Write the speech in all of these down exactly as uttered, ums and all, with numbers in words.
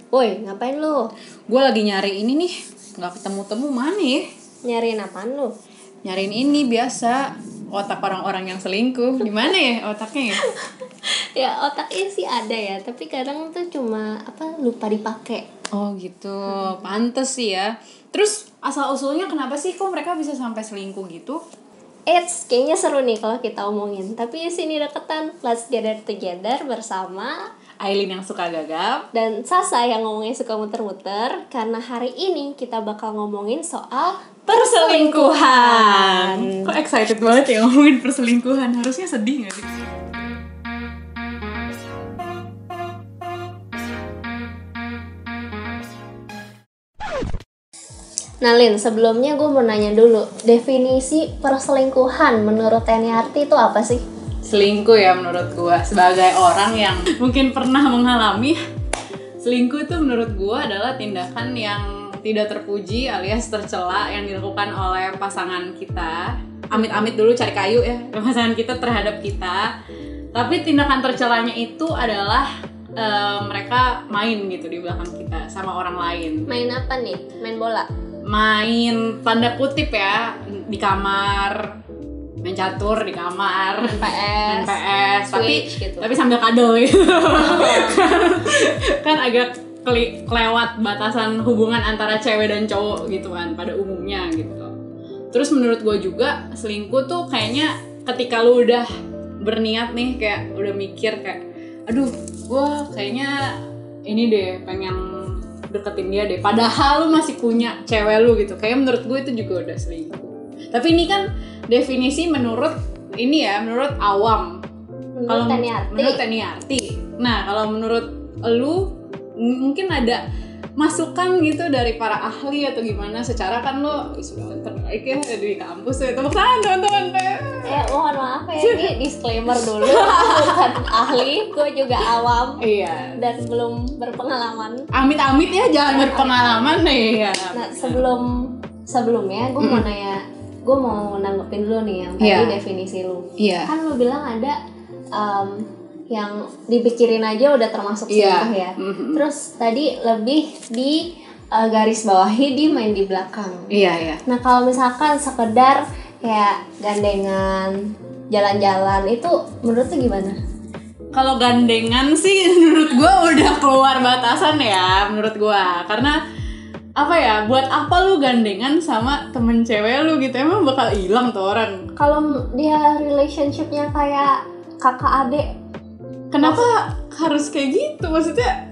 Woi, ngapain lu? Gue lagi nyari ini nih, nggak ketemu-temu mana ya? Nyariin apaan lu? Nyariin ini biasa otak orang-orang yang selingkuh. Gimana ya otaknya ya? Ya otaknya sih ada ya, tapi kadang tuh cuma apa lupa dipakai. Oh gitu, pantes sih ya. Terus asal usulnya kenapa sih kok mereka bisa sampai selingkuh gitu? Eits, kayaknya seru nih kalau kita omongin. Tapi sini deketan, let's gather together bersama Aileen yang suka gagap dan Sasa yang ngomongnya suka muter-muter. Karena hari ini kita bakal ngomongin soal perselingkuhan. Kok excited banget ya ngomongin perselingkuhan? Harusnya sedih gak sih? Nah Lin, sebelumnya gue mau nanya dulu, definisi perselingkuhan menurut Teniarti itu apa sih? Selingkuh ya menurut gue, sebagai orang yang mungkin pernah mengalami selingkuh itu menurut gue adalah tindakan yang tidak terpuji alias tercela yang dilakukan oleh pasangan kita. Amit-amit dulu cari kayu ya, pasangan kita terhadap kita. Tapi tindakan tercelanya itu adalah uh, mereka main gitu di belakang kita sama orang lain. Main apa nih? Main bola? Main tanda kutip ya, di kamar, main catur di kamar, main P S, main P S, tapi gitu. tapi sambil kadal gitu. Kan agak keli, kelewat batasan hubungan antara cewek dan cowok gitu kan pada umumnya gitu. Terus menurut gue juga selingkuh tuh kayaknya ketika lu udah berniat nih, kayak udah mikir kayak, aduh gue kayaknya ini deh pengen deketin dia deh, padahal lu masih punya cewek lu gitu. Kayak menurut gue itu juga udah selingkuh. Tapi ini kan definisi menurut ini ya, menurut awam. Menurut Teniarti. Menurut Teniarti. Nah, kalau menurut lu m- mungkin ada masukan gitu dari para ahli atau gimana? Secara kan lo sudah terbaik ya di kampus ya. Tepuk tangan teman-teman. Ya mohon maaf ya, ini disclaimer dulu. Bukan ahli, gue juga awam. Iya. Dan belum berpengalaman. Amit-amit ya, jangan berpengalaman nih ya. Nah sebelum sebelumnya gue mau nanya, gue mau nanggepin dulu nih yang tadi Yeah. definisi lu. Iya. Kan lu bilang ada um, yang dipikirin aja udah termasuk Iya. selingkuh ya. Mm-hmm. Terus tadi lebih di uh, garis bawahi di main di belakang. Iya, iya. Nah kalau misalkan sekedar kayak gandengan, jalan-jalan, itu menurut lu gimana? Kalau gandengan sih menurut gue udah keluar batasan ya menurut gue. Karena apa ya, buat apa lu gandengan sama temen cewek lu gitu, emang bakal hilang tuh orang. Kalau dia relationshipnya kayak kakak adik, kenapa harus kayak gitu? Maksudnya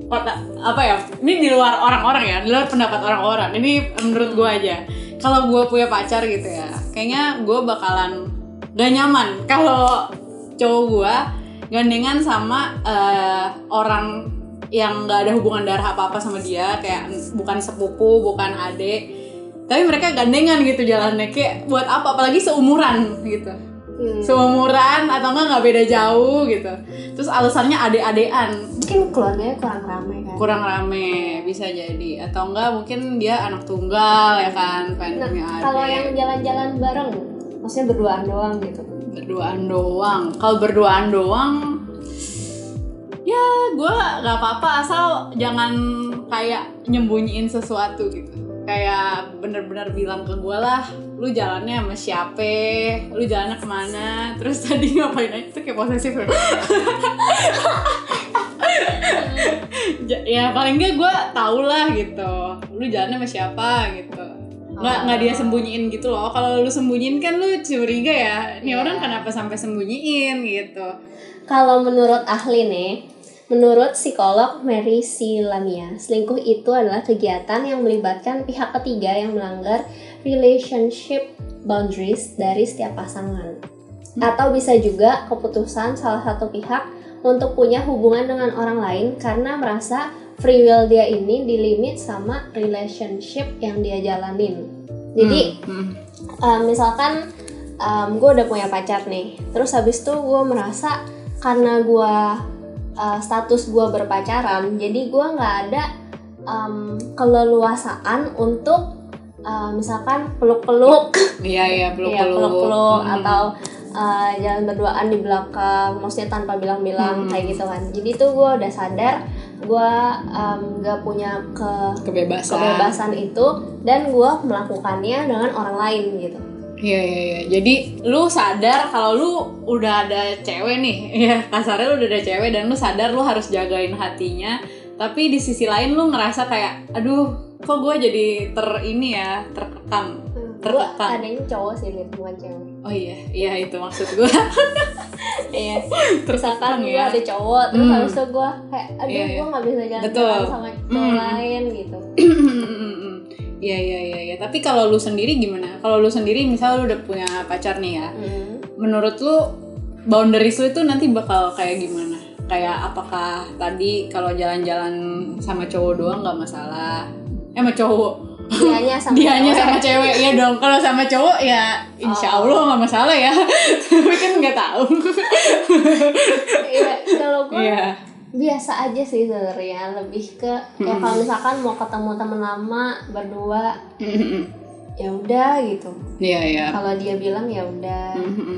apa ya, ini di luar orang-orang ya, di luar pendapat orang-orang, ini menurut gue aja. Kalau gue punya pacar gitu ya, kayaknya gue bakalan gak nyaman kalau cowok gue gandengan sama uh, orang yang gak ada hubungan darah apa-apa sama dia, kayak bukan sepupu, bukan adik, tapi mereka gandengan gitu jalannya. Kayak buat apa, apalagi seumuran gitu. Hmm. Seumuran atau enggak nggak beda jauh gitu. Terus alasannya adek-adean. Mungkin keluarganya kurang ramai kan. Kurang rame bisa jadi, atau enggak mungkin dia anak tunggal ya kan, pengen nah, punya adek. Kalau yang jalan-jalan bareng, maksudnya berduaan doang gitu. Berduaan doang. Kalau berduaan doang, ya gue nggak apa-apa asal jangan kayak nyembunyiin sesuatu gitu. Kayak bener-bener bilang ke gue lah, lu jalannya sama siapa, lu jalannya kemana, terus tadi ngapain aja, itu kayak posesif. Ya paling nggak gue tau lah gitu, lu jalannya sama siapa gitu. Nggak nggak dia sembunyiin gitu loh. Kalau lu sembunyiin kan lu curiga ya, ini yeah. Orang kenapa sampai sembunyiin gitu. Kalau menurut ahli nih, menurut psikolog Mary C. Lamia, selingkuh itu adalah kegiatan yang melibatkan pihak ketiga yang melanggar relationship boundaries dari setiap pasangan. Hmm. Atau bisa juga keputusan salah satu pihak untuk punya hubungan dengan orang lain karena merasa free will dia ini dilimit sama relationship yang dia jalanin. Jadi, hmm. Hmm. Um, misalkan um, gue udah punya pacar nih, terus habis itu gue merasa karena gue Uh, status gue berpacaran, jadi gue nggak ada um, keleluasaan untuk uh, misalkan peluk-peluk, iya iya peluk-peluk, ya, peluk-peluk hmm. atau uh, jalan berduaan di belakang, maksudnya tanpa bilang-bilang hmm. kayak gitu kan. Jadi tuh gue udah sadar gue um, gak punya ke kebebasan. kebebasan itu dan gue melakukannya dengan orang lain gitu. Iya iya iya. Jadi lu sadar kalau lu udah ada cewek nih, ya kasarnya lu udah ada cewek dan lu sadar lu harus jagain hatinya. Tapi di sisi lain lu ngerasa kayak, aduh, kok gue jadi ter ini ya, terkekang. Hmm, gue Terkekang. adanya cowok sih, Lid, bukan cewek. Oh iya, iya itu maksud gue. Iya. Terkekang Misalkan gue ya. ada cowok, terus Hmm. harusnya gue kayak, aduh Iya, iya. gue nggak bisa jalan Betul. sama cowok Hmm. lain gitu. Iya iya iya iya. Tapi kalau lu sendiri gimana? Kalau lu sendiri misal lu udah punya pacar nih ya. Hmm. Menurut lu boundaries lu itu nanti bakal kayak gimana? Kayak apakah tadi kalau jalan-jalan sama cowok doang nggak masalah? Eh sama cowok. Dianya sama Dianya cewek. sama cewek ya dong. Kalau sama cowok ya insya Oh. Allah nggak masalah ya. Tapi kan nggak tahu. Iya, kalau gue Iya. biasa aja sih sebenarnya, lebih ke ya Hmm. kalau misalkan mau ketemu temen lama berdua ya udah gitu. Iya iya. Kalau dia bilang ya udah.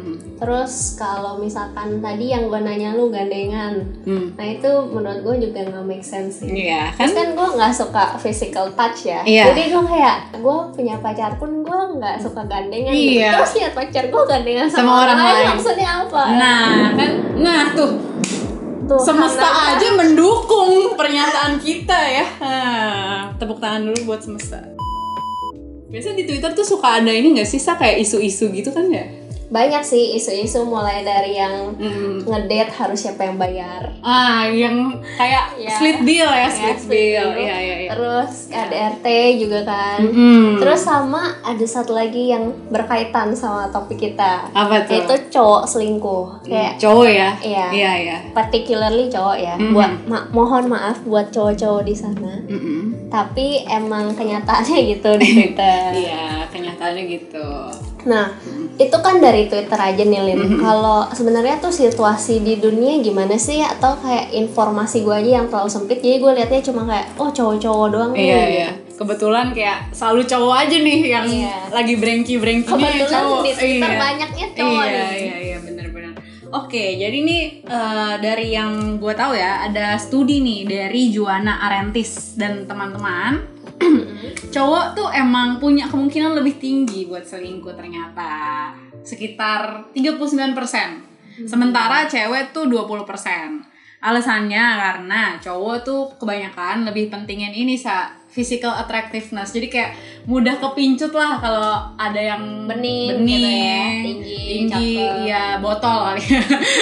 Terus kalau misalkan tadi yang gue nanya lu gandengan, Hmm. nah itu menurut gue juga nggak make sense sih. Iya kan? Terus kan gue nggak suka physical touch ya, Iya. jadi gue kayak gue punya pacar pun gue nggak suka gandengan. gitu. Iya. Terus lihat pacar gue gandengan sama, Sama orang lain. maksudnya apa? Nah kan, nah tuh Tuh, semesta karena- aja mendukung pernyataan kita ya. Nah, tepuk tangan dulu buat semesta. Biasanya di Twitter tuh suka ada ini nggak sih, Sa, kayak isu-isu gitu kan ya? Banyak sih isu-isu, mulai dari yang Mm. ngedate harus siapa yang bayar. Ah, yang kayak Iya. split bill ya, Ya, split split bill. bill. Iya iya iya. Terus K D R T juga kan. Mm-mm. Terus sama ada satu lagi yang berkaitan sama topik kita, apa tuh? yaitu cowok selingkuh. Kayak Cowok ya? Iya. Iya iya. particularly cowok ya. Mhm. Buat ma- mohon maaf buat cowok-cowok di sana. Mm-mm. Tapi emang kenyataannya gitu di Twitter. Iya, kenyataannya gitu. Nah, itu kan dari Twitter aja nih, Lin. Mhm. Kalau sebenarnya tuh situasi di dunia gimana sih? Atau kayak informasi gue aja yang terlalu sempit, jadi gue liatnya cuma kayak oh cowok-cowok doang nih. Iya gitu. iya. Kebetulan kayak selalu cowok aja nih yang Iya. lagi brengki-brengkinya Kebetulan cowok. di Twitter Iya. banyaknya cowok Iya nih. iya iya benar-benar. Oke, jadi nih eh, dari yang gue tahu ya, ada studi nih dari Juana Arentis dan teman-teman. Cowok tuh emang punya kemungkinan lebih tinggi buat selingkuh ternyata, sekitar tiga puluh sembilan persen. Sementara cewek tuh dua puluh persen. Alasannya karena cowok tuh kebanyakan lebih pentingin ini, Sa, physical attractiveness. Jadi kayak mudah kepincut lah kalau ada yang Bening, bening, gitu ya, tinggi, tinggi, cakep. ya botol kali ya.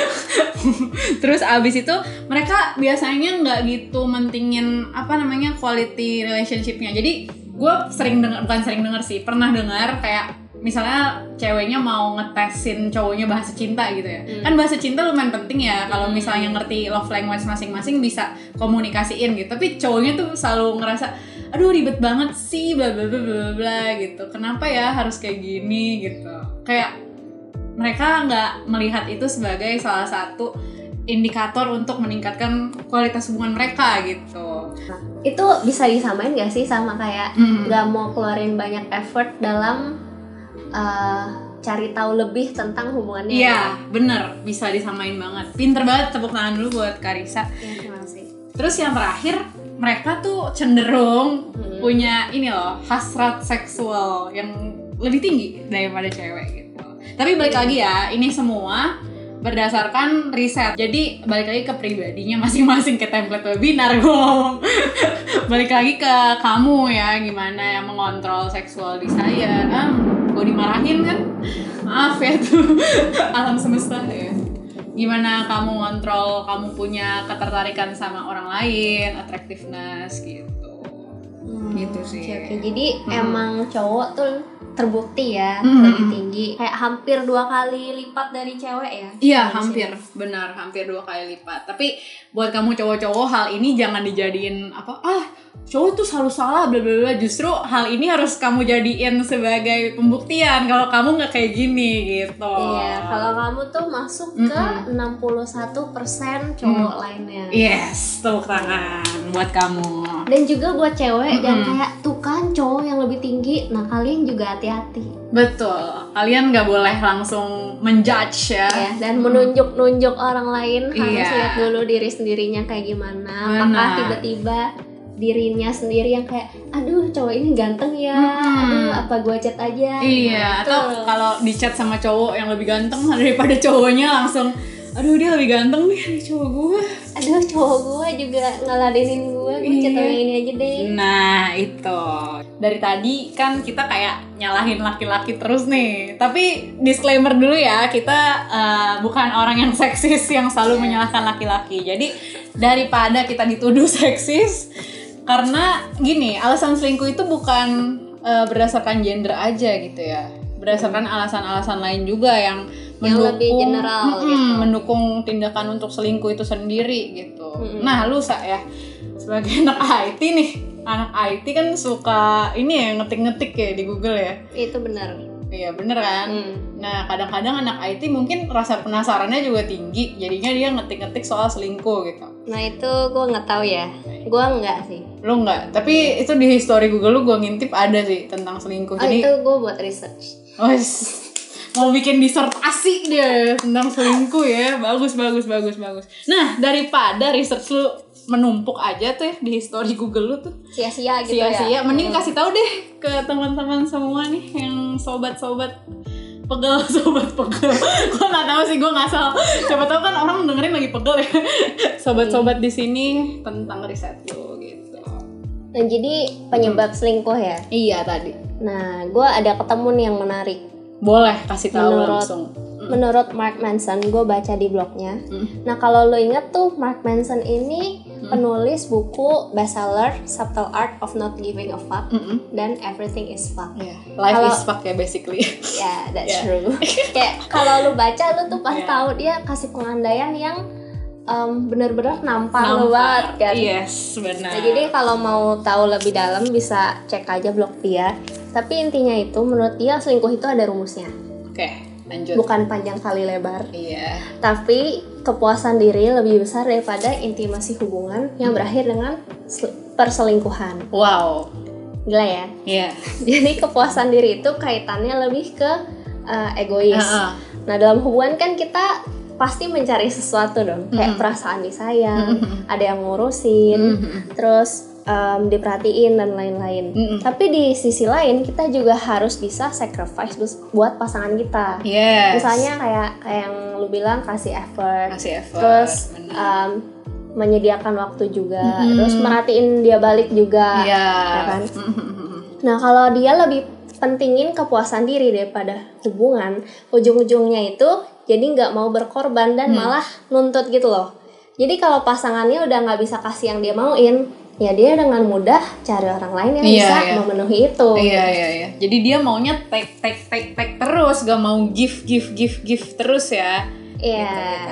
Terus abis itu mereka biasanya nggak gitu mentingin apa namanya quality relationship-nya. Jadi gue sering dengar, bukan sering dengar sih, pernah dengar kayak misalnya ceweknya mau ngetesin cowoknya bahasa cinta gitu ya. Hmm. Kan bahasa cinta lumayan penting ya kalau Hmm. misalnya ngerti love language masing-masing bisa komunikasiin gitu. Tapi cowoknya tuh selalu ngerasa aduh ribet banget sih bla bla bla bla bla gitu. Kenapa ya harus kayak gini gitu. Kayak mereka nggak melihat itu sebagai salah satu indikator untuk meningkatkan kualitas hubungan mereka gitu. Itu bisa disamain gak sih sama kayak Mm. gak mau keluarin banyak effort dalam uh, cari tahu lebih tentang hubungannya? Iya, bener, bisa disamain banget. Pinter banget, tepuk tangan dulu buat Karissa. Ya, terima kasih. Terus yang terakhir, mereka tuh cenderung Hmm. punya ini loh, hasrat seksual yang lebih tinggi daripada cewek gitu. Tapi balik lagi ya, ini semua berdasarkan riset. Jadi balik lagi ke pribadinya masing-masing, ke template webinar gue ngomong. Balik lagi ke kamu ya, gimana yang mengontrol seksual desire. Ah, gue dimarahin kan? Maaf ya tuh, alam semesta ya. Gimana kamu ngontrol, kamu punya ketertarikan sama orang lain, attractiveness gitu. Hmm, Gitu sih. Oke, oke. Jadi Hmm. emang cowok tuh terbukti ya Hmm. lebih tinggi, kayak hampir dua kali lipat dari cewek ya. Iya, Dari hampir, sini. benar, hampir dua kali lipat. Tapi buat kamu cowok-cowok, hal ini jangan dijadiin apa, ah cowok tuh selalu salah, bla bla bla. Justru hal ini harus kamu jadiin sebagai pembuktian kalau kamu nggak kayak gini gitu. Iya, kalau kamu tuh masuk ke Mm-mm. enam puluh satu persen cowok lainnya. Yes, tepuk tangan buat kamu. Dan juga buat cewek, Mm-mm. dan kayak tuh kan cowok yang lebih tinggi, nah kalian juga hati-hati. Betul, kalian nggak boleh langsung menjudge ya. Ya, dan menunjuk-nunjuk orang lain, harus Iya. lihat dulu diri sendirinya kayak gimana. Benar. Apakah tiba-tiba dirinya sendiri yang kayak, aduh cowok ini ganteng ya, Mm-mm. aduh apa gua chat aja. Iya, Nah, atau tuh. kalau di chat sama cowok yang lebih ganteng daripada cowoknya langsung, aduh dia lebih ganteng nih dari cowok gue. Aduh cowok gua juga ngeladenin gua, gua chat Iya. sama ini aja deh. Nah itu, dari tadi kan kita kayak nyalahin laki-laki terus nih. Tapi disclaimer dulu ya, kita uh, bukan orang yang seksis yang selalu menyalahkan laki-laki. Jadi daripada kita dituduh seksis, karena gini, alasan selingkuh itu bukan uh, berdasarkan gender aja gitu ya, berdasarkan alasan-alasan lain juga yang Yang mendukung, lebih general mm-mm, gitu. mendukung tindakan untuk selingkuh itu sendiri gitu. Mm-mm. Nah lu Sa ya, sebagai anak I T nih, anak I T kan suka ini ya, ngetik-ngetik ya di Google ya. Itu benar. Iya bener kan. Hmm. Nah kadang-kadang anak I T mungkin rasa penasarannya juga tinggi, jadinya dia ngetik-ngetik soal selingkuh gitu. Nah itu gue nggak tahu ya, gue nggak sih. Lu nggak? Tapi itu di history Google lu gue ngintip ada sih tentang selingkuh. Oh Jadi itu gue buat research. wes, mau bikin disertasi dia tentang selingkuh ya. Bagus, bagus, bagus, bagus. Nah, daripada research lu menumpuk aja tuh ya di history Google lu tuh Sia-sia gitu ya. sia-sia, mending Hmm. kasih tahu deh ke teman-teman semua nih yang sobat-sobat pegel, sobat pegel. Gue nggak tahu sih, gue ngasal. Siapa tahu kan orang dengerin lagi pegel ya. Sobat-sobat di sini tentang riset lu gitu. Nah jadi penyebab selingkuh ya. Iya tadi. Nah gue ada ketemu nih yang menarik. Boleh kasih tahu Menurut- langsung. Menurut Mark Manson, gue baca di blognya. Mm. Nah kalau lo inget tuh Mark Manson ini Mm. penulis buku bestseller Subtle Art of Not Giving a Fuck Mm-mm. dan Everything is Fuck. Yeah. Life Kalau- is fuck ya basically. Ya, that's Yeah. true. Kayak kalau lu baca lu tuh pas Yeah. tahu dia kasih pengandaian yang um, bener-bener nampar lu banget kan. Yes, benar. Nah, jadi kalau mau tahu lebih dalam bisa cek aja blog dia. Tapi intinya itu menurut dia selingkuh itu ada rumusnya. Oke, lanjut. Bukan panjang kali lebar, Iya. tapi kepuasan diri lebih besar daripada intimasi hubungan yang berakhir dengan sel- perselingkuhan. Wow. Gila ya. Iya. Jadi kepuasan diri itu kaitannya lebih ke uh, egois. Uh-uh. Nah dalam hubungan kan kita pasti mencari sesuatu dong, kayak Mhm. perasaan disayang, Mhm. ada yang ngurusin, Mhm. terus um, diperhatiin dan lain-lain. Mhm. Tapi di sisi lain kita juga harus bisa sacrifice bus- buat pasangan kita. Yes. Misalnya kayak kayak yang lu bilang kasih effort, kasih effort. terus benar. um, menyediakan waktu juga, Mhm. terus merhatiin dia balik juga. Iya. ya kan? Mhm. Nah kalau dia lebih pentingin kepuasan diri daripada hubungan, ujung-ujungnya itu jadi nggak mau berkorban dan Hmm. malah nuntut gitu loh. Jadi kalau pasangannya udah nggak bisa kasih yang dia mauin, ya dia dengan mudah cari orang lain yang Iya, bisa iya. memenuhi itu. Iya iya iya. Jadi dia maunya take take take take terus, gak mau give give give give terus ya. Iya.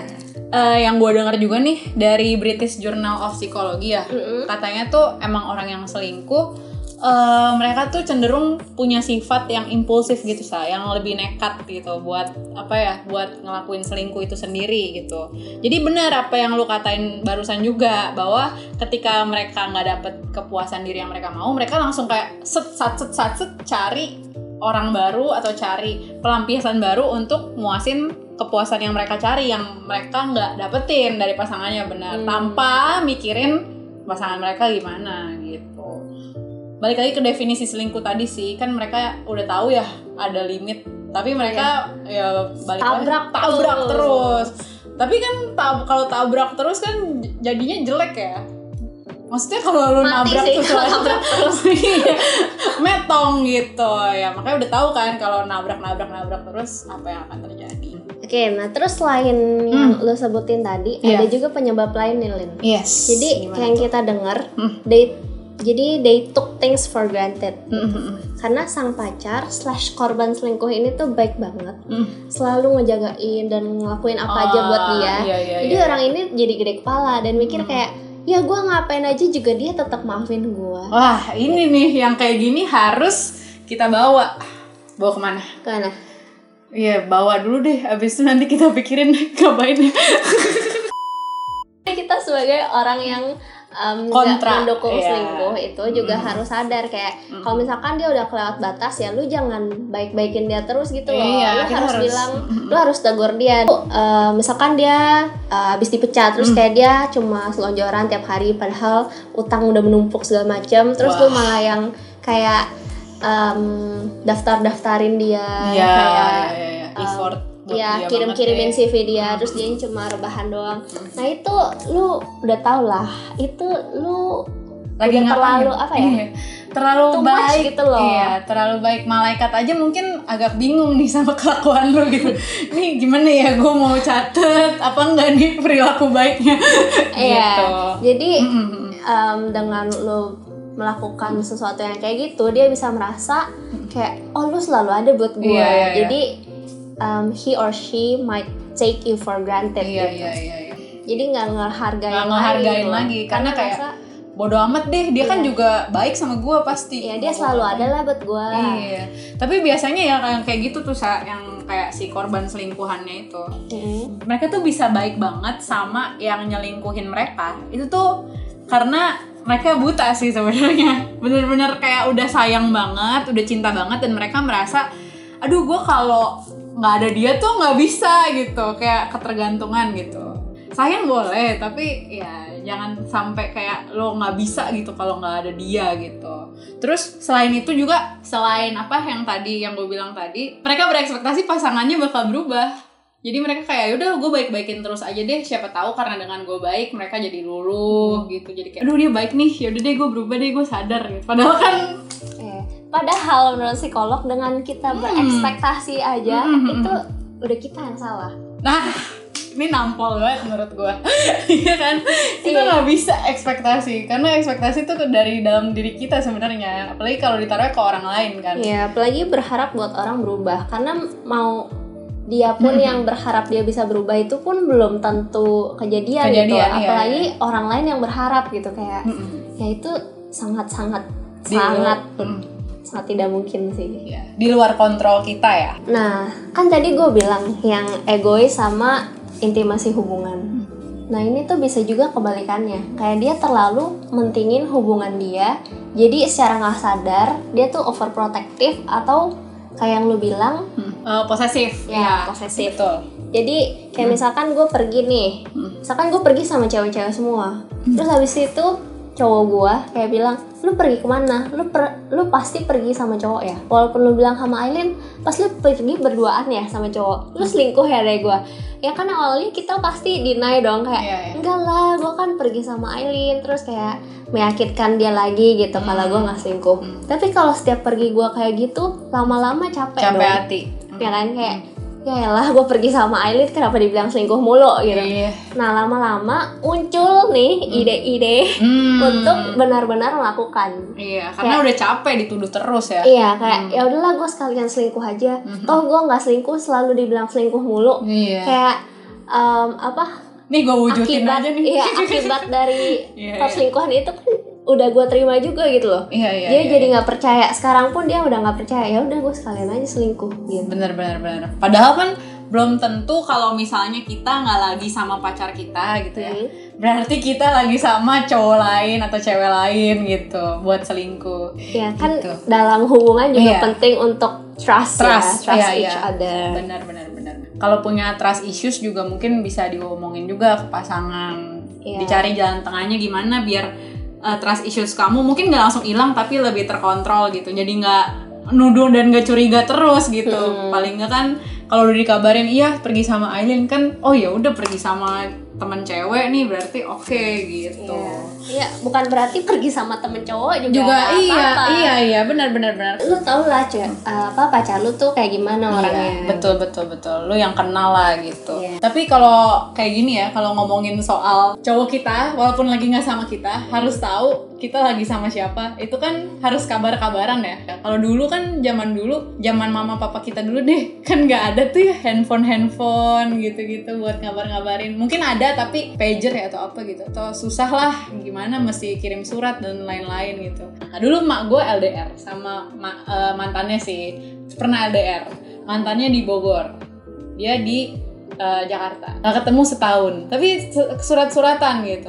Eh, yang gue dengar juga nih dari British Journal of Psychology ya, Mm-mm. katanya tuh emang orang yang selingkuh, eh, mereka tuh cenderung punya sifat yang impulsif gitu Sa, yang lebih nekat gitu buat apa ya, buat ngelakuin selingkuh itu sendiri gitu. Jadi benar apa yang lu katain barusan juga, bahwa ketika mereka nggak dapet kepuasan diri yang mereka mau, mereka langsung kayak set sat set sat set cari orang baru atau cari pelampiasan baru untuk muasin kepuasan yang mereka cari, yang mereka nggak dapetin dari pasangannya, benar, Hmm. tanpa mikirin pasangan mereka gimana gitu. Balik lagi ke definisi selingkuh tadi sih, kan mereka udah tahu ya ada limit, tapi mereka ya balik lagi, Tabrak tabrak terus. terus. Tapi kan tab- kalau tabrak terus kan j- jadinya jelek ya. Maksudnya kalau lu Mati nabrak sih tuh kalau tabrak terus. iya, metong gitu ya, makanya udah tahu kan kalau nabrak nabrak nabrak terus apa yang akan terjadi. Oke, nah terus selain yang lu sebutin tadi, Iya. ada juga penyebab lain nih Lin. Yes. Jadi Gimana yang tuh? kita dengar, Hmm. they jadi they took things for granted. Mm, mm, mm. Karena sang pacar slash korban selingkuh ini tuh baik banget, Mm. selalu ngejagain dan ngelakuin apa aja Ah, buat dia. iya, iya, Jadi iya. orang ini jadi gede kepala dan mikir Hmm. kayak, ya gue ngapain aja juga dia tetap maafin gue. Wah, ini nih yang kayak gini harus kita bawa. Bawa kemana? Karena Iya, bawa dulu deh. Abis itu nanti kita pikirin ngapain. kita sebagai orang yang um, kontra mendukung yeah. selingkuh itu juga mm. harus sadar kayak mm. kalau misalkan dia udah kelewat batas ya lu jangan baik-baikin dia terus gitu loh. Yeah, lu harus, harus bilang mm. lu harus tegur dia. Uh, misalkan dia uh, habis dipecat terus mm. kayak dia cuma selonjoran tiap hari padahal utang udah menumpuk segala macam terus Wah. lu malah yang kayak um, daftar-daftarin dia yeah, kayak yeah, yeah. Um, effort ya kirim-kirimin C V dia hmm. terus dia cuma rebahan doang. Nah itu lu udah tau lah itu lu lagi udah terlalu apa ya iya. terlalu Too baik gitu loh. Iya terlalu baik. Malaikat aja mungkin agak bingung nih sama kelakuan lu gitu. Nih gimana ya gue mau catet apa enggak nih perilaku baiknya iya gitu. Jadi um, dengan lu melakukan sesuatu yang kayak gitu dia bisa merasa kayak oh lu selalu ada buat gue. Iya, iya, iya. Jadi Um, he or she might take you for granted iya, gitu. Iya, iya, iya. Jadi nggak ngehargain, nggak ngehargain lagi, lagi. Karena, karena kayak rasa, bodo amat deh, dia iya. kan juga baik sama gue pasti. Iya dia selalu ada lah buat gue. Iya. Tapi biasanya ya yang kayak gitu tuh yang kayak si korban selingkuhannya itu, mm-hmm. mereka tuh bisa baik banget sama yang nyelingkuhin mereka. Itu tuh karena mereka buta sih sebenarnya. Bener-bener kayak udah sayang banget, udah cinta banget dan mereka merasa, aduh gue kalau nggak ada dia tuh nggak bisa gitu, kayak ketergantungan gitu. Sayang boleh tapi ya jangan sampai kayak lo nggak bisa gitu kalau nggak ada dia gitu. Terus selain itu juga selain apa yang tadi yang gue bilang tadi, mereka berekspektasi pasangannya bakal berubah. Jadi mereka kayak udah gue baik-baikin terus aja deh, siapa tahu karena dengan gue baik mereka jadi luluh gitu. Jadi kayak aduh dia baik nih, ya udah deh gue berubah deh, gue sadar gitu. Padahal kan Padahal menurut psikolog dengan kita berekspektasi hmm. aja hmm, itu hmm. udah kita yang salah. Nah, ini nampol banget menurut gue. Iya kan? Kita nggak iya. bisa ekspektasi karena ekspektasi itu dari dalam diri kita sebenarnya. Apalagi kalau ditaruh ke orang lain kan. Iya, apalagi berharap buat orang berubah karena mau dia pun hmm. yang berharap dia bisa berubah itu pun belum tentu kejadian, kejadian gitu. Iya, apalagi iya. orang lain yang berharap gitu kayak hmm. ya itu sangat-sangat di sangat hmm. sangat tidak mungkin sih ya, di luar kontrol kita ya. Nah kan tadi gue bilang yang egois sama intimasi hubungan. hmm. Nah ini tuh bisa juga kebalikannya, kayak dia terlalu mentingin hubungan dia, jadi secara nggak sadar dia tuh overprotective atau kayak yang lu bilang hmm. uh, posesif. Ya, ya posesif. Betul. Jadi kayak hmm. misalkan gue pergi nih, hmm. misalkan gue pergi sama cewek-cewek semua, hmm. terus habis itu cowok gue kayak bilang, lu pergi kemana? Lu per, lu pasti pergi sama cowok ya? Walaupun lu bilang sama Aileen, pas lu pergi berduaan ya sama cowok, lu selingkuh ya dari gue? Ya kan awalnya kita pasti deny dong kayak, yeah, yeah. enggak lah, gue kan pergi sama Aileen, terus kayak meyakinkan dia lagi gitu hmm. kalau gue nggak selingkuh. Hmm. Tapi kalau setiap pergi gue kayak gitu, lama-lama capek, capek dong. hati. Ya kan kayak. Hmm. Ya elah gue pergi sama Aileen kenapa dibilang selingkuh mulu gitu. Iya. Nah lama-lama muncul nih hmm. ide-ide hmm. untuk benar-benar melakukan. Iya karena kayak, udah capek dituduh terus ya. Iya kayak hmm. ya udahlah gue sekalian selingkuh aja. Hmm. Toh gue nggak selingkuh selalu dibilang selingkuh mulu. Iya. Kayak um, apa? Nih gue wujudin akibat, aja nih. Iya akibat dari yeah, perselingkuhan yeah. itu kan udah gue terima juga gitu loh. Iya, iya, dia iya, jadi nggak iya. percaya. Sekarang pun dia udah nggak percaya. Ya udah gue sekalian aja selingkuh. Gitu. Bener bener bener. Padahal kan belum tentu kalau misalnya kita nggak lagi sama pacar kita gitu ya. Hmm. Berarti kita lagi sama cowok lain atau cewek lain gitu buat selingkuh. Iya kan gitu. Dalam hubungan juga iya. penting untuk trust, trust, ya, trust iya, each iya. other. Benar benar benar. Kalau punya trust issues juga mungkin bisa diomongin juga ke pasangan. Iya. Dicari jalan tengahnya gimana biar Uh, trust issues kamu mungkin nggak langsung hilang tapi lebih terkontrol gitu, jadi nggak nuduh dan nggak curiga terus gitu. hmm. Paling nggak kan kalau udah dikabarin iya pergi sama Aileen kan, oh ya udah pergi sama teman cewek nih berarti oke okay, gitu. Iya, bukan berarti pergi sama temen cowok juga, juga iya apa-apa. iya iya benar benar benar. Lu tau lah cuy, apa pacar lu tuh kayak gimana iya, orangnya. Betul betul betul, lu yang kenal lah gitu. Iya. Tapi kalau kayak gini ya, kalau ngomongin soal cowok kita walaupun lagi nggak sama kita harus tahu kita lagi sama siapa. Itu kan harus kabar-kabaran ya. Kalau dulu kan zaman dulu, zaman mama papa kita dulu deh kan nggak ada tuh ya handphone handphone gitu-gitu buat ngabar-ngabarin. Mungkin ada tapi pager ya atau apa gitu, atau susah lah gimana mesti kirim surat dan lain-lain gitu. Nah dulu mak gue L D R sama ma- uh, mantannya sih pernah L D R, mantannya di Bogor, dia di uh, Jakarta, nggak ketemu setahun tapi surat-suratan gitu.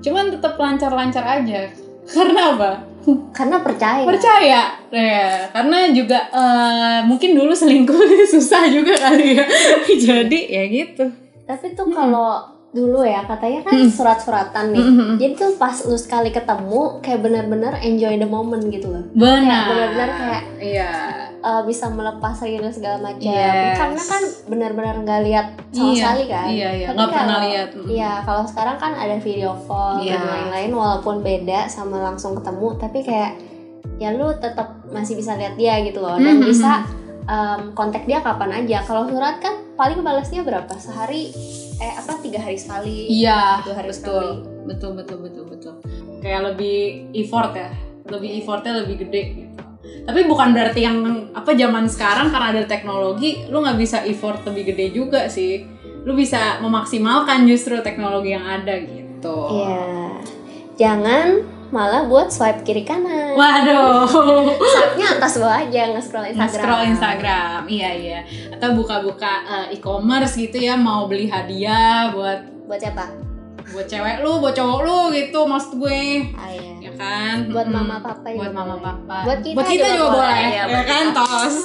cuman tetap lancar-lancar aja. Karena apa? Karena percaya. Percaya, ya. Karena juga uh, mungkin dulu selingkuh susah juga kali ya. Jadi ya gitu. Tapi tuh kalau dulu ya katanya kan surat-suratan nih. Jadi tuh pas lu sekali ketemu kayak benar-benar enjoy the moment gitu loh. Benar. Kayak benar-benar kayak iya. Uh, bisa melepas rindu segala macam. Yes. Karena kan benar-benar nggak lihat sama iya. sekali kan. Iya, iya. Tapi Nggak kalau, pernah lihat. Iya, kalau sekarang kan ada video call iya. dan lain-lain walaupun beda sama langsung ketemu, tapi kayak ya lu tetap masih bisa lihat dia gitu loh dan mm-hmm. bisa um, kontak dia kapan aja. Kalau surat kan paling balasnya berapa? Sehari eh apa tiga hari sekali. Iya, dua hari betul. sekali. Betul, betul, betul, betul. Kayak lebih effort ya. Lebih effortnya lebih gede gitu. Tapi bukan berarti yang apa zaman sekarang karena ada teknologi lu nggak bisa effort lebih gede juga sih. Lu bisa memaksimalkan justru teknologi yang ada gitu. Iya. Jangan malah buat swipe kiri kanan. Waduh. Swipe-nya atas bawah aja, nge-scroll Instagram. Nge-scroll Instagram. Iya, iya. Atau buka-buka uh, e-commerce gitu ya, mau beli hadiah buat buat siapa? Buat cewek lu, buat cowok lu gitu maksud gue. Ah, iya. Ya kan? Buat hmm. mama papa Buat juga mama boleh. papa. Buat kita, buat kita juga, juga boleh. boleh. Ya, ya kan, tos.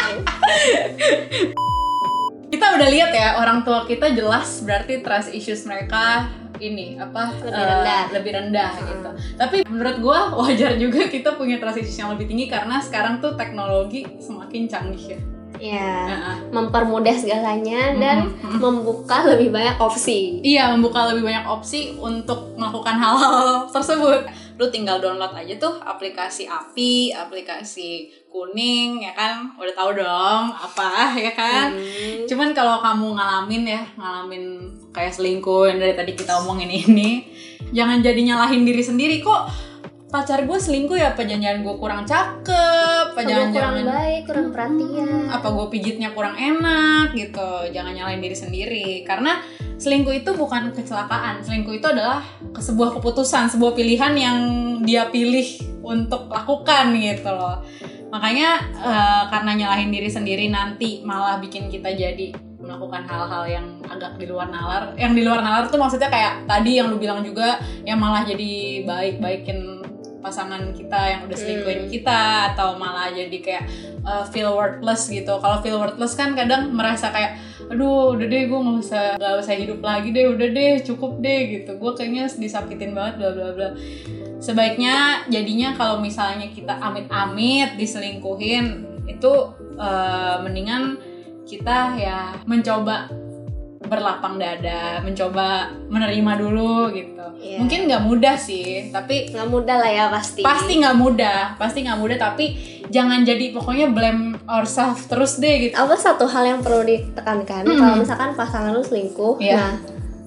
Kita udah lihat ya orang tua kita jelas berarti trust issues mereka ini apa lebih rendah, uh, lebih rendah hmm. gitu. Tapi menurut gue wajar juga kita punya trust issues yang lebih tinggi karena sekarang tuh teknologi semakin canggih ya. Iya, uh-uh. mempermudah segalanya dan mm-hmm. membuka lebih banyak opsi. Iya, membuka lebih banyak opsi untuk melakukan hal-hal tersebut. Lu tinggal download aja tuh aplikasi Api, aplikasi Kuning, ya kan? Udah tahu dong apa, ya kan? Hmm. Cuman kalau kamu ngalamin ya, ngalamin kayak selingkuh yang dari tadi kita omongin ini, jangan jadi nyalahin diri sendiri kok. Pacar gue selingkuh ya apa jangan-jangan gue kurang cakep, apa jangan-jangan kurang baik, kurang perhatian, apa gue pijitnya kurang enak gitu. Jangan nyalain diri sendiri karena selingkuh itu bukan kecelakaan. Selingkuh itu adalah sebuah keputusan, sebuah pilihan yang dia pilih untuk lakukan gitu loh. Makanya uh, karena nyalahin diri sendiri nanti malah bikin kita jadi melakukan hal-hal yang agak di luar nalar. Yang di luar nalar tuh maksudnya kayak tadi yang lu bilang juga yang malah jadi baik-baikin pasangan kita yang udah selingkuhin hmm. kita atau malah jadi kayak uh, feel worthless gitu. Kalau feel worthless kan kadang merasa kayak aduh udah deh gue nggak usah nggak usah hidup lagi deh, udah deh cukup deh gitu, gue kayaknya disakitin banget bla bla bla. Sebaiknya jadinya kalau misalnya kita amit-amit diselingkuhin itu uh, mendingan kita ya mencoba berlapang dada, mencoba menerima dulu gitu. Yeah. Mungkin nggak mudah sih, tapi nggak mudah lah ya pasti. Pasti nggak mudah, pasti nggak mudah. Tapi jangan jadi pokoknya blame ourselves terus deh gitu. Apa satu hal yang perlu ditekankan mm. kalau misalkan pasangan lu selingkuh, yeah. nah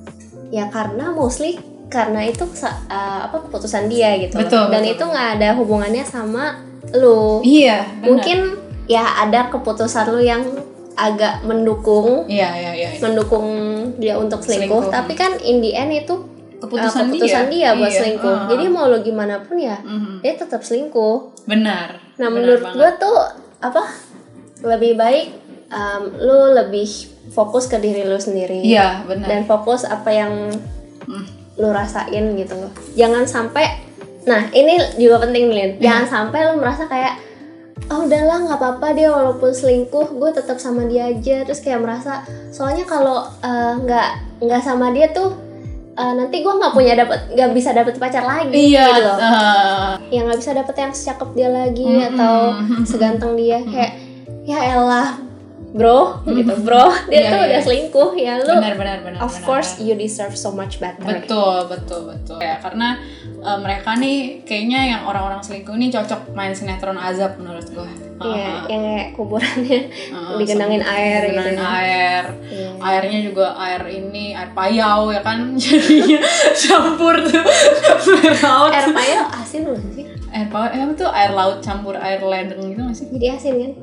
ya karena mostly karena itu uh, apa keputusan dia gitu. Betul, dan betul. itu nggak ada hubungannya sama lu. Iya. Benar. Mungkin ya ada keputusan lu yang agak mendukung, iya, iya, iya. mendukung dia untuk selingkuh, selingkuh. Tapi kan in the end itu keputusan, uh, keputusan dia, dia buat iya. selingkuh. Uh-huh. Jadi mau lo gimana pun ya, uh-huh. dia tetap selingkuh. Benar. Nah benar menurut gue tuh apa lebih baik um, lo lebih fokus ke diri lo sendiri. Iya benar. Dan fokus apa yang uh. lo rasain gitu loh. Jangan sampai, nah ini juga penting nih, Lin. Jangan uh. sampai lo merasa kayak oh udahlah nggak apa-apa dia walaupun selingkuh gue tetap sama dia aja, terus kayak merasa soalnya kalau nggak uh, nggak sama dia tuh uh, nanti gue nggak punya dapat nggak bisa dapet pacar lagi iya, gitu loh uh, yang nggak bisa dapet yang secakep dia lagi mm-hmm. atau seganteng dia kayak ya elah bro gitu bro dia yeah, tuh yeah. udah selingkuh ya lu benar, benar, benar, of benar, course benar. You deserve so much better. Betul betul betul ya karena uh, mereka nih kayaknya yang orang-orang selingkuh ini cocok main sinetron azab menurut gue. Iya uh, yang kayak kuburannya uh, digenangin air digenangin gitu air yeah. airnya juga air ini air payau ya kan jadinya campur tuh air laut air payau asin loh sih air payau eh itu air laut campur air ledeng gitu nggak sih jadi asin kan.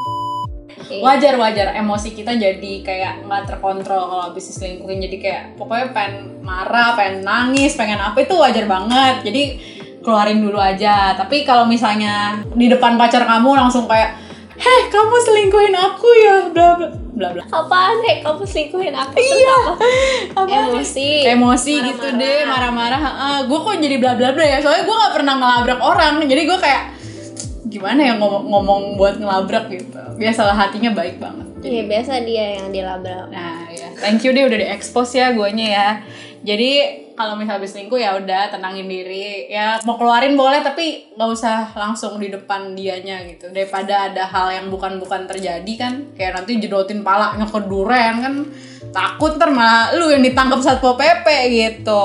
Wajar-wajar emosi kita jadi kayak nggak terkontrol kalau habis diselingkuhin, jadi kayak pokoknya pengen marah, pengen nangis, pengen apa itu wajar banget. Jadi keluarin dulu aja. Tapi kalau misalnya di depan pacar kamu langsung kayak, heh kamu selingkuhin aku ya, bla bla, bla bla. Apaan deh kamu selingkuhin aku? Iya. Apa? Emosi. Emosi marah-marah. gitu deh, marah-marah. Uh, gue kok jadi bla bla bla ya? Soalnya gue nggak pernah ngelabrak orang, jadi gue kayak gimana ya ngomong ngomong buat ngelabrak gitu. Biasalah hatinya baik banget. Iya biasa dia yang dilabrak. Nah ya, thank you deh udah di-expose ya guanya ya. Jadi kalau misal habis selingkuh ya udah tenangin diri. Ya mau keluarin boleh tapi nggak usah langsung di depan dianya gitu. Daripada ada hal yang bukan-bukan terjadi kan. Kayak nanti jedotin palanya ke duren kan. Takut ntar malah lu yang ditangkap Satpol P P gitu.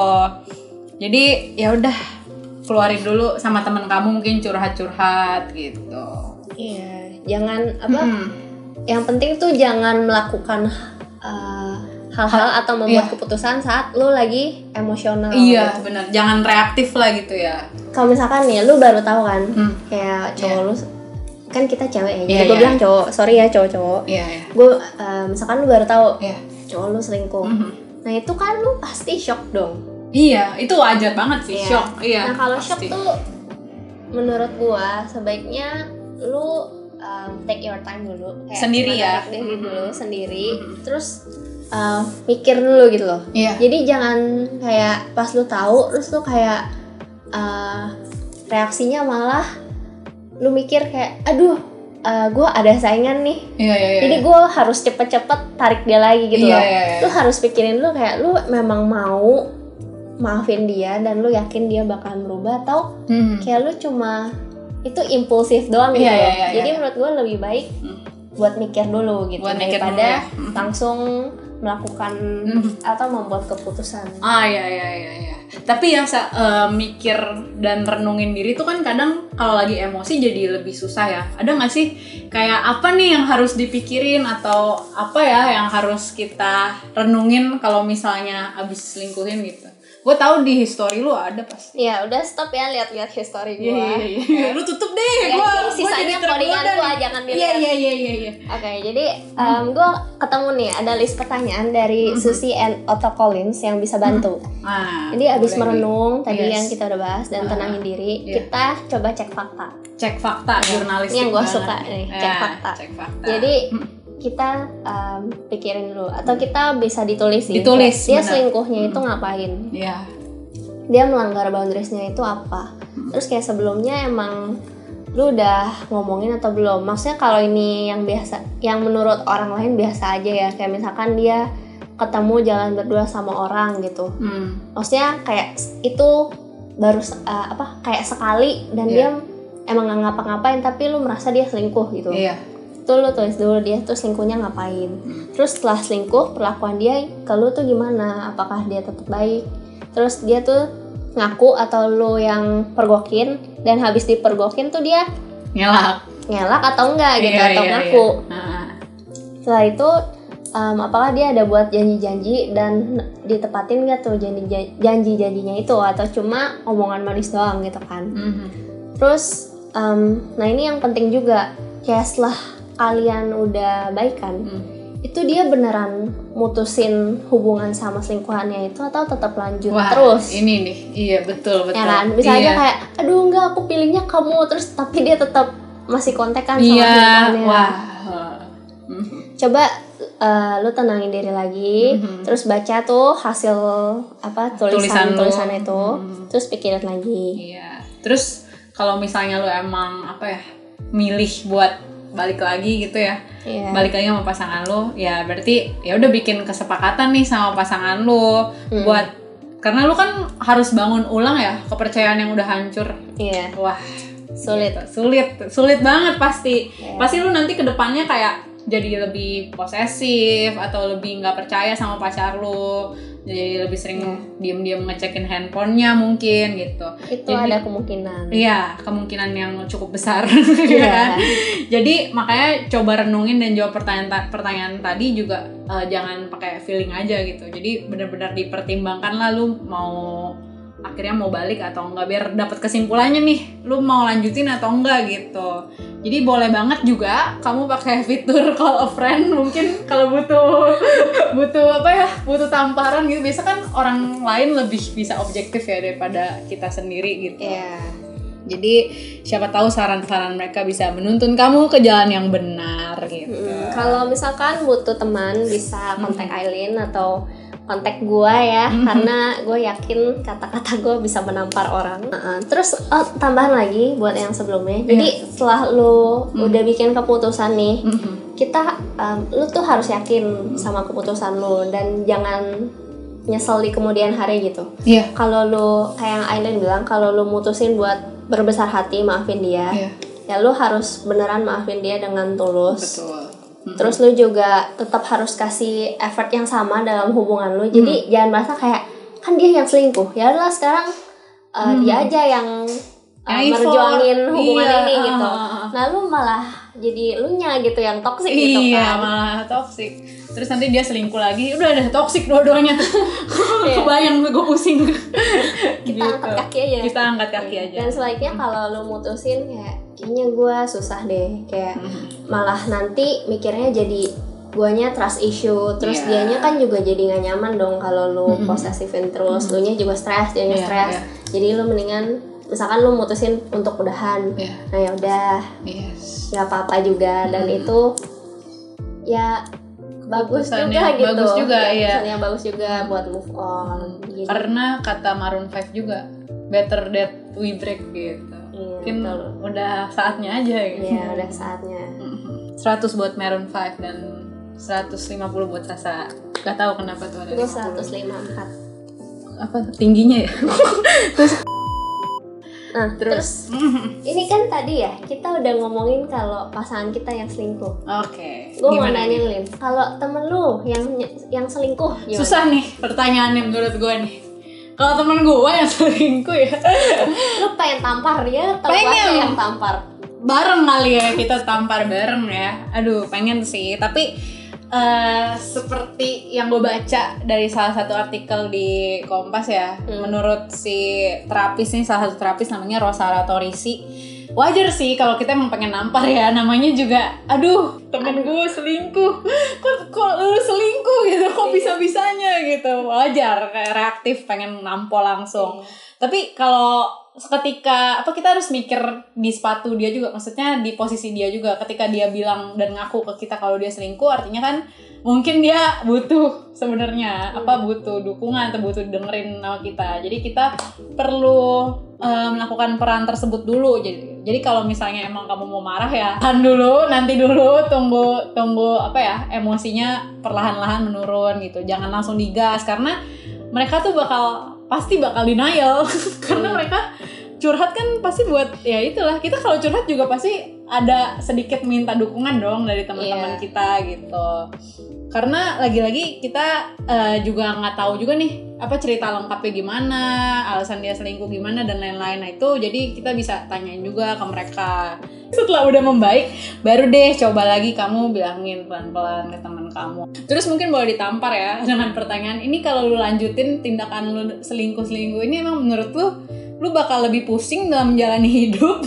Jadi ya udah keluarin dulu sama teman kamu mungkin curhat-curhat gitu. Iya, jangan apa? Hmm. Yang penting tuh jangan melakukan uh, hal-hal atau membuat iya. keputusan saat lu lagi emosional. Iya, gitu. benar. Jangan reaktif lah gitu ya. Kalau misalkan nih, lu baru tahu kan, Hmm. kayak cowok Yeah. lu kan kita cewek ya. Jadi Yeah, gue yeah. bilang cowok, sorry ya cowok-cowok. Iya, iya. Gue uh, misalkan lu baru tahu Iya. cowok lu selingkuh. Mhm. Nah itu kan lu pasti shock dong. Iya, itu wajar banget sih, Iya. shock. Iya. Nah kalau pasti. shock tuh, menurut gua sebaiknya lu um, take your time dulu. Kayak Sendiri ya? menarik diri dulu Mhm. sendiri. Mhm. Terus uh, mikir dulu gitu loh. Iya. Jadi jangan kayak pas lu tahu, terus lu kayak uh, reaksinya malah lu mikir kayak, aduh, uh, gue ada saingan nih. Iya, iya, iya. Jadi gue harus cepet-cepet tarik dia lagi gitu Iya, loh. iya, iya. Lu harus pikirin lu kayak lu memang mau maafin dia dan lu yakin dia bakalan berubah atau Hmm. kayak lu cuma itu impulsif doang gitu Iya, loh. iya, iya, Jadi iya. menurut gue lebih baik Hmm. buat mikir dulu gitu Buat mikir daripada dulu ya. Hmm. langsung melakukan Hmm. atau membuat keputusan. Ah iya iya iya iya. Tapi ya sa- eh, mikir dan renungin diri tuh kan kadang kalau lagi emosi jadi lebih susah ya. Ada nggak sih kayak apa nih yang harus dipikirin atau apa ya yang harus kita renungin kalau misalnya abis selingkuhin gitu? Gue tahu di history lu ada pasti. Ya udah stop ya lihat-lihat history gue. Iya iya iya. Lu tutup deh. Ya, Gua ini gua sisanya jadi codingan tergoda gua, nih. jangan Iya dilihat. iya iya iya iya. Oke, jadi um, gue ketemu nih ada list pertanyaan dari Susie and Otto Collins yang bisa bantu. Ah, Jadi abis boleh merenung nih. tadi Yes. yang kita udah bahas dan Ah, tenangin diri, iya. kita coba cek fakta. Cek fakta jurnalistik. Ini yang gua banget suka nih, cek Ya, fakta. Cek fakta. Jadi Hmm. kita um, pikirin dulu atau kita bisa ditulis sih. Ditulis, kayak dia benar. selingkuhnya itu ngapain? Iya. Dia melanggar boundariesnya itu apa? Terus kayak sebelumnya emang lu udah ngomongin atau belum? Maksudnya kalau ini yang biasa, yang menurut orang lain biasa aja ya, kayak misalkan dia ketemu jalan berdua sama orang gitu. Hmm. Maksudnya kayak itu baru uh, apa? Kayak sekali dan Iya. dia emang nggak ngapa-ngapain tapi lu merasa dia selingkuh gitu. Iya. Itu lu tulis dulu dia tuh selingkuhnya ngapain. Terus setelah selingkuh perlakuan dia ke lu tuh gimana? Apakah dia tetap baik? Terus dia tuh ngaku atau lu yang pergokin dan habis dipergokin tuh dia Ngelak. ngelak atau enggak gitu Iya, atau iya, ngaku. iya. Ah. Setelah itu um, apakah dia ada buat janji-janji dan ditepatin nggak tuh janji janji-janjinya itu atau cuma omongan manis doang gitu kan. Mhm. Terus um, nah ini yang penting juga kayak setelah kalian udah baikan Hmm. itu dia beneran mutusin hubungan sama selingkuhannya itu atau tetap lanjut Wah, terus ini nih, iya betul betul. ya kan bisa iya. aja kayak aduh enggak aku pilihnya kamu terus tapi dia tetap masih kontekan sama Iya, selingkuhannya. wah. Mhm. Coba uh, lu tenangin diri lagi, Mhm. terus baca tuh hasil apa tulisan Tulisan lu. tulisan itu, Mhm. terus pikirin lagi. Iya. Terus kalau misalnya lu emang apa ya milih buat balik lagi gitu ya, Iya. balik lagi sama pasangan lu, ya berarti ya udah bikin kesepakatan nih sama pasangan lu Hmm. buat karena lu kan harus bangun ulang ya kepercayaan yang udah hancur. Iya. Wah, Sulit. gitu. sulit, sulit banget pasti. Iya. Pasti lu nanti kedepannya kayak jadi lebih posesif atau lebih nggak percaya sama pacar lu, jadi lebih sering diem-diem ngecekin handphonenya mungkin gitu. Itu Jadi- ada kemungkinan. Iya, kemungkinan yang cukup besar, Iya. ya kan? Jadi makanya coba renungin dan jawab pertanyaan ta- pertanyaan tadi juga eh, jangan pakai feeling aja gitu. Jadi benar-benar dipertimbangkan lah lu mau akhirnya mau balik atau enggak biar dapat kesimpulannya nih, lu mau lanjutin atau enggak gitu. Jadi boleh banget juga kamu pakai fitur call a friend mungkin kalau butuh butuh apa ya butuh tamparan gitu. Biasa kan orang lain lebih bisa objektif ya daripada kita sendiri gitu. Iya. Jadi siapa tahu saran-saran mereka bisa menuntun kamu ke jalan yang benar gitu. Hmm, kalau misalkan butuh teman bisa kontak hmm. Aileen atau kontak gue ya, hmm. karena gue yakin kata-kata gue bisa menampar orang. Uh-uh. Terus oh, tambahan lagi buat yang sebelumnya. Yeah. Jadi setelah lu hmm. udah bikin keputusan nih, hmm. kita um, lu tuh harus yakin sama keputusan lu dan jangan nyesel di kemudian hari gitu. Iya. Yeah. Kalau lu kayak yang Aileen bilang, kalau lu mutusin buat berbesar hati maafin dia, yeah. ya lu harus beneran maafin dia dengan tulus. Betul. Mm-hmm. Terus lu juga tetap harus kasih effort yang sama dalam hubungan lu. Jadi mm. jangan merasa kayak kan dia yang selingkuh. Ya udah sekarang uh, mm. dia aja yang uh, merjuangin hubungan iya, ini uh, gitu. Nah lu malah jadi lu nya gitu yang toksik iya, gitu kan. Iya malah toksik. Terus nanti dia selingkuh lagi, udah ada toksik dua-duanya. Kebayang gue pusing. Kita gitu. angkat kaki aja. Kita angkat kaki aja. Dan sebaiknya kalau lu mutusin kayak kayaknya gue susah deh, kayak hmm. malah nanti mikirnya jadi guanya trust issue, terus yeah. dianya kan juga jadi nggak nyaman dong kalau lu hmm. posesifin terus, hmm. lu nya juga stres, dianya yeah, stres. Yeah. Jadi lu mendingan misalkan lu mutusin untuk udahan, yeah. nah ya udah, yes. nggak apa-apa juga dan hmm. itu ya bagus juga gitu, bagus juga ya, ya. bagus juga buat move on. Gitu. Karena kata Maroon five juga, better that we break gitu. Iya, mungkin betul. Udah saatnya aja gitu. Iya, udah saatnya. seratus buat Maroon five dan seratus lima puluh buat Sasa. Gak tahu kenapa tuh ada lima puluh. seratus lima puluh empat. Apa tingginya ya? Terus Nah, terus, terus ini kan tadi ya kita udah ngomongin kalau pasangan kita yang selingkuh. Oke. Okay. Gue mau nanya Lin, kalau temen lu yang yang selingkuh gimana? Susah nih pertanyaannya menurut gue nih. Kalau temen gue yang selingkuh ya, lu pengen tampar dia atau pengen yang tampar? Bareng kali ya, kita tampar bareng ya. Aduh, pengen sih, tapi Uh, seperti yang gue baca dari salah satu artikel di Kompas ya, hmm. menurut si terapis nih, salah satu terapis namanya Rosara Torisi, wajar sih kalau kita emang pengen nampar ya, namanya juga aduh temen gue selingkuh, kok, kok lu selingkuh gitu, kok bisa-bisanya gitu, wajar kayak reaktif pengen nampol langsung. hmm. Tapi kalau seketika apa kita harus mikir di sepatu dia juga, maksudnya di posisi dia juga, ketika dia bilang dan ngaku ke kita kalau dia selingkuh, artinya kan mungkin dia butuh sebenarnya hmm. apa butuh dukungan atau butuh dengerin sama kita. Jadi kita perlu uh, melakukan peran tersebut dulu. Jadi jadi kalau misalnya emang kamu mau marah ya tahan dulu, nanti dulu tunggu tunggu apa ya emosinya perlahan-lahan menurun gitu. Jangan langsung digas karena mereka tuh bakal pasti bakal denial karena mereka curhat kan pasti buat ya itulah, kita kalau curhat juga pasti ada sedikit minta dukungan dong dari teman-teman yeah. kita gitu. Karena lagi-lagi kita uh, juga nggak tahu juga nih apa cerita lengkapnya gimana, alasan dia selingkuh gimana dan lain-lain. Nah itu jadi kita bisa tanyain juga ke mereka. Setelah udah membaik, baru deh coba lagi kamu bilangin pelan-pelan ke teman kamu. Terus mungkin boleh ditampar ya dengan pertanyaan ini, kalau lu lanjutin tindakan lu selingkuh-selingkuh ini, emang menurut lu lu bakal lebih pusing dalam menjalani hidup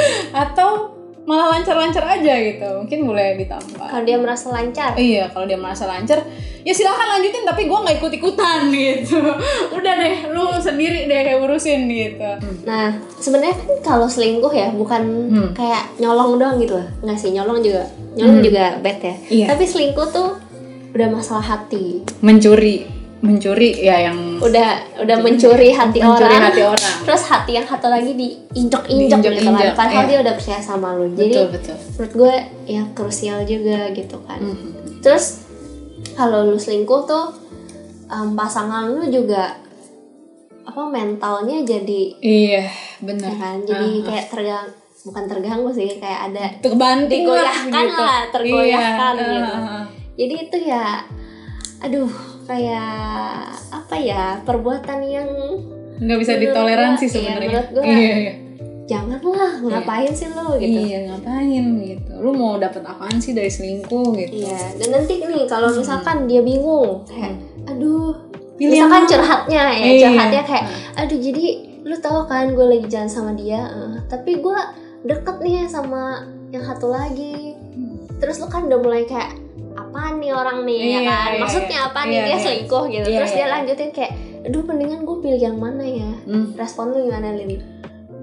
atau malah lancar-lancar aja gitu? Mungkin boleh ditampar. Kalau dia merasa lancar. Iya, kalau dia merasa lancar, ya silakan lanjutin, tapi gue nggak ikut-ikutan gitu. Udah deh, lu sendiri deh urusin gitu. Nah, sebenarnya kan kalau selingkuh ya bukan hmm. kayak nyolong doang gitu lah. Nggak sih, nyolong juga, nyolong hmm. juga bad ya. Iya. Tapi selingkuh tuh udah masalah hati. Mencuri. mencuri ya yang udah udah mencuri hati mencuri orang, hati orang, terus hati yang satu lagi diinjok-injok gitu kan, padahal iya. dia udah percaya sama lu. Jadi betul, betul. menurut gue ya krusial juga gitu kan. Mm-hmm. Terus kalau lu selingkuh tuh um, pasangan lu juga apa mentalnya jadi iya benar ya kan, jadi uh-huh. kayak tergang bukan terganggu sih, kayak ada terbanting digoyahkan lah, gitu. lah tergoyahkan iya. gitu. Uh-huh. Jadi itu ya aduh kayak apa ya, perbuatan yang nggak bisa ditoleransi sebenarnya. Menurut gue iya, iya. janganlah, ngapain iya. sih lo gitu. Iya, ngapain gitu, lu mau dapet apaan sih dari selingkuh gitu. Iya, dan nanti nih kalau misalkan hmm. dia bingung kayak aduh, pilih misalkan yang curhatnya ya iya. curhatnya kayak aduh jadi lu tahu kan gue lagi jalan sama dia uh, tapi gue deket nih sama yang satu lagi, terus lu kan udah mulai kayak apaan nih orang nih iya, ya kan, iya, maksudnya apa iya, nih dia iya. selingkuh gitu, iya, terus iya. dia lanjutin kayak aduh mendingan gue pilih yang mana ya. hmm. Respon lu gimana Lin?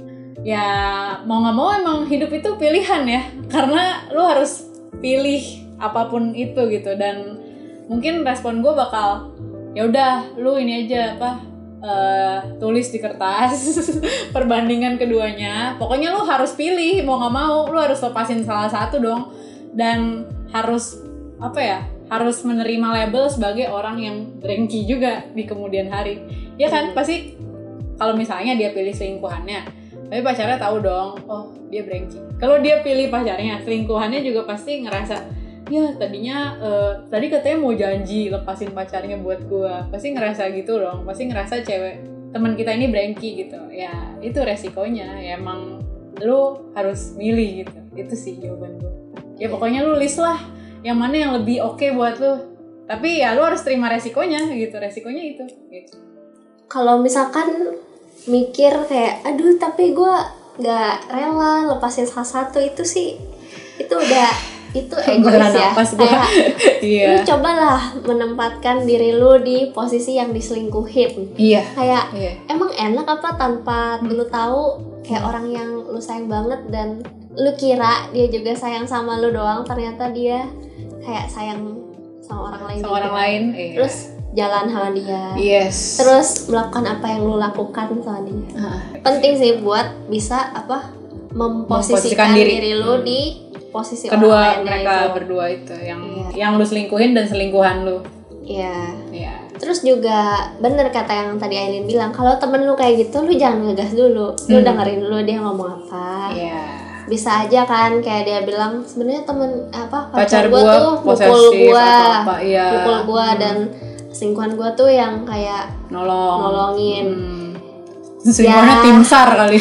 ya mau nggak mau emang hidup itu pilihan ya, karena lu harus pilih apapun itu gitu. Dan mungkin respon gue bakal ya udah lu ini aja apa uh, tulis di kertas perbandingan keduanya, pokoknya lu harus pilih mau nggak mau, lu harus lepasin salah satu dong, dan harus apa ya, harus menerima label sebagai orang yang drengki juga di kemudian hari ya kan. Pasti kalau misalnya dia pilih selingkuhannya tapi pacarnya tahu dong, oh dia brengki. Kalau dia pilih pacarnya, selingkuhannya juga pasti ngerasa, ya tadinya uh, tadi katanya mau janji lepasin pacarnya buat gua. Pasti ngerasa gitu dong, pasti ngerasa cewek teman kita ini brengki gitu. Ya itu resikonya, ya emang lu harus milih gitu. Itu sih jawaban gua. Ya pokoknya lu list lah yang mana yang lebih oke okay buat lu. Tapi ya lu harus terima resikonya gitu, resikonya itu. Gitu. Kalau misalkan mikir kayak aduh tapi gue nggak rela lepasin salah satu, itu sih itu udah itu egois ya. Kayak iya. Lu cobalah menempatkan diri lu di posisi yang diselingkuhin. Iya. Kayak iya. Emang enak apa tanpa hmm. lu tahu kayak hmm. orang yang lu sayang banget dan lu kira dia juga sayang sama lu doang, ternyata dia kayak sayang sama orang lain. Sama juga. orang lain. Iya. Terus jalan sama dia, yes. Terus melakukan apa yang lu lakukan sama dia. Uh, Penting sih buat bisa apa memposisikan, memposisikan diri. diri lu hmm. di posisi kedua orang mereka itu. berdua itu, yang yeah. yang lu selingkuhin dan selingkuhan lu. Iya. Yeah. Yeah. Terus juga bener kata yang tadi Aileen bilang, kalau temen lu kayak gitu, lu jangan ngegas dulu, lu hmm. dengerin dulu dia ngomong apa. Iya. Yeah. Bisa aja kan kayak dia bilang sebenarnya temen apa pacar gua, gua tuh mukul gua, iya. mukul gua hmm. dan selingkuhan gue tuh yang kayak nolong nolongin hmm. selingkuhannya ya. Tim SAR kali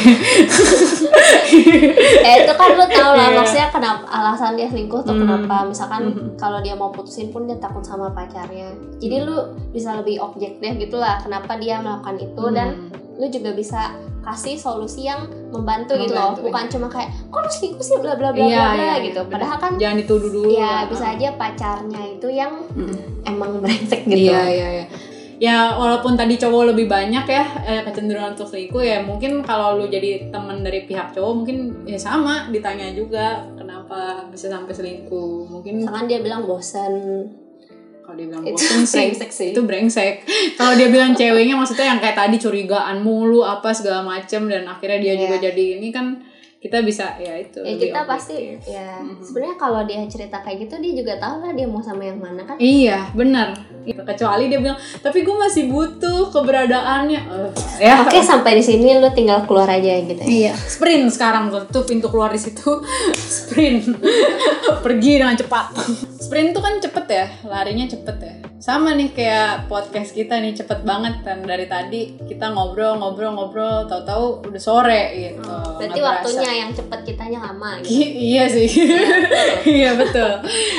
ya itu kan lu tau lah yeah. maksudnya kenapa alasan dia selingkuh tuh hmm. kenapa misalkan hmm. kalau dia mau putusin pun dia takut sama pacarnya, jadi lu bisa lebih objektif gitulah kenapa dia melakukan itu hmm. dan lu juga bisa kasih solusi yang membantu, membantu gitu loh, bukan ya. Cuma kayak kok lu selingkuh sih bla bla bla iya, bla iya, gitu. Iya, padahal kan jangan dituduh dulu. Ya bisa aja pacarnya itu yang mm. emang brengsek gitu. Iya iya iya. Ya walaupun tadi cowok lebih banyak ya eh, kecenderungan untuk selingkuh, ya mungkin kalau lu jadi teman dari pihak cowok mungkin ya sama ditanya juga kenapa bisa sampai selingkuh. Mungkin misalkan dia bilang bosan. Kalau dia bilang bosan sih, brengsek sih, itu brengsek. Kalau dia bilang ceweknya maksudnya yang kayak tadi curigaan mulu apa segala macem dan akhirnya dia yeah. juga jadi ini kan, kita bisa ya itu. Ya kita objektif. Pasti ya mm-hmm. sebenarnya kalau dia cerita kayak gitu dia juga tahu lah dia mau sama yang mana kan. Iya benar. Kecuali dia bilang tapi gue masih butuh keberadaannya. Uh, ya. Oke sampai di sini lu tinggal keluar aja gitu. Iya. Sprint sekarang tuh pintu keluar di situ. Sprint. Pergi dengan cepat. Sprint tuh kan cepet ya, larinya cepet ya. Sama nih kayak podcast kita nih, cepet banget kan, dari tadi kita ngobrol-ngobrol-ngobrol, tahu-tahu udah sore gitu. Oh, berarti waktunya yang cepet kitanya lama gitu. I- iya sih. Iya betul.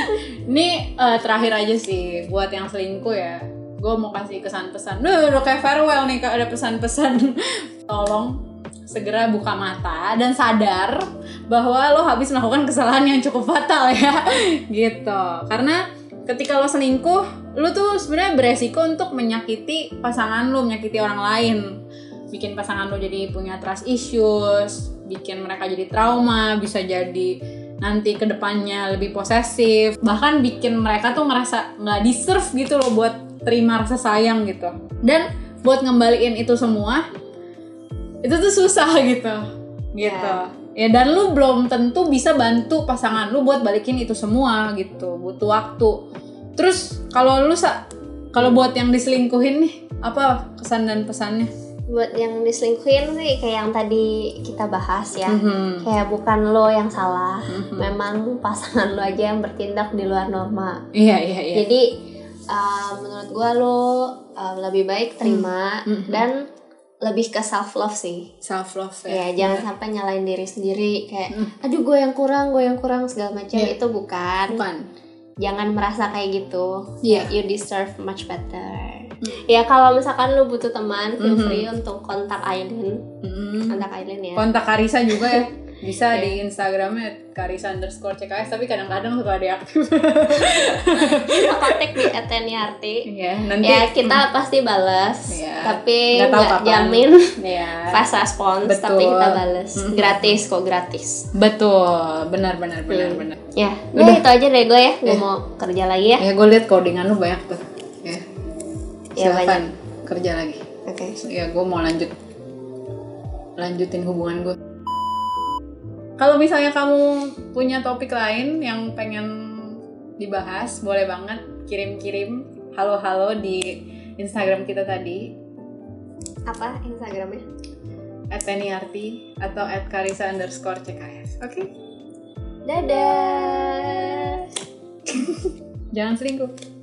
Ini uh, terakhir aja sih buat yang selingkuh ya. Gue mau kasih kesan-pesan. Duh, udah kayak farewell nih, ada pesan-pesan. Tolong segera buka mata dan sadar bahwa lo habis melakukan kesalahan yang cukup fatal ya. Gitu. Karena ketika lo selingkuh, lo tuh sebenarnya beresiko untuk menyakiti pasangan lo, menyakiti orang lain, bikin pasangan lo jadi punya trust issues, bikin mereka jadi trauma, bisa jadi nanti kedepannya lebih posesif, bahkan bikin mereka tuh ngerasa nggak deserve gitu loh buat terima rasa sayang gitu. Dan buat ngembaliin itu semua, itu tuh susah gitu, gitu. Ya dan lu belum tentu bisa bantu pasangan lu buat balikin itu semua gitu, butuh waktu. Terus kalau lu sa, kalau buat yang diselingkuhin nih, apa kesan dan pesannya? Buat yang diselingkuhin sih kayak yang tadi kita bahas ya, mm-hmm. kayak bukan lo yang salah, mm-hmm. memang pasangan lo aja yang bertindak di luar norma. Iya iya iya. Jadi uh, menurut gua lo uh, lebih baik terima mm-hmm. dan lebih ke self love sih. Self love ya. Ya jangan yeah. sampai nyalain diri sendiri kayak, mm. aduh gue yang kurang, gue yang kurang segala macam yeah. itu bukan. Bukan. Jangan merasa kayak gitu. Yeah. You deserve much better. Mm. Ya kalau misalkan lu butuh teman, feel mm-hmm. free untuk kontak Aileen. Mm-hmm. Kontak Aileen ya. Kontak Karisa juga ya. Bisa di Instagramnya Karisa underscore C K S, tapi kadang-kadang suka deaktif. Bisa kontak di at teniarti. Iya, nanti Ya kita pasti balas, Iya. tapi Nggak tahu nggak kapan. jamin Iya. fast response, Betul. tapi kita balas. Mhm. Gratis kok, gratis. Betul, benar benar benar Hmm. benar. Ya, Udah. udah itu aja dari gue ya. Gue Eh. mau kerja lagi ya. Ya gue liat codingan lu banyak tuh. Ya. Ya, Silakan kerja lagi. Oke. Ya gue mau lanjut lanjutin hubungan gue. Kalau misalnya kamu punya topik lain yang pengen dibahas, boleh banget kirim-kirim halo-halo di Instagram kita tadi Apa Instagramnya? at teniarti atau at karisa underscore cks. Oke? Dadah. Jangan selingkuh.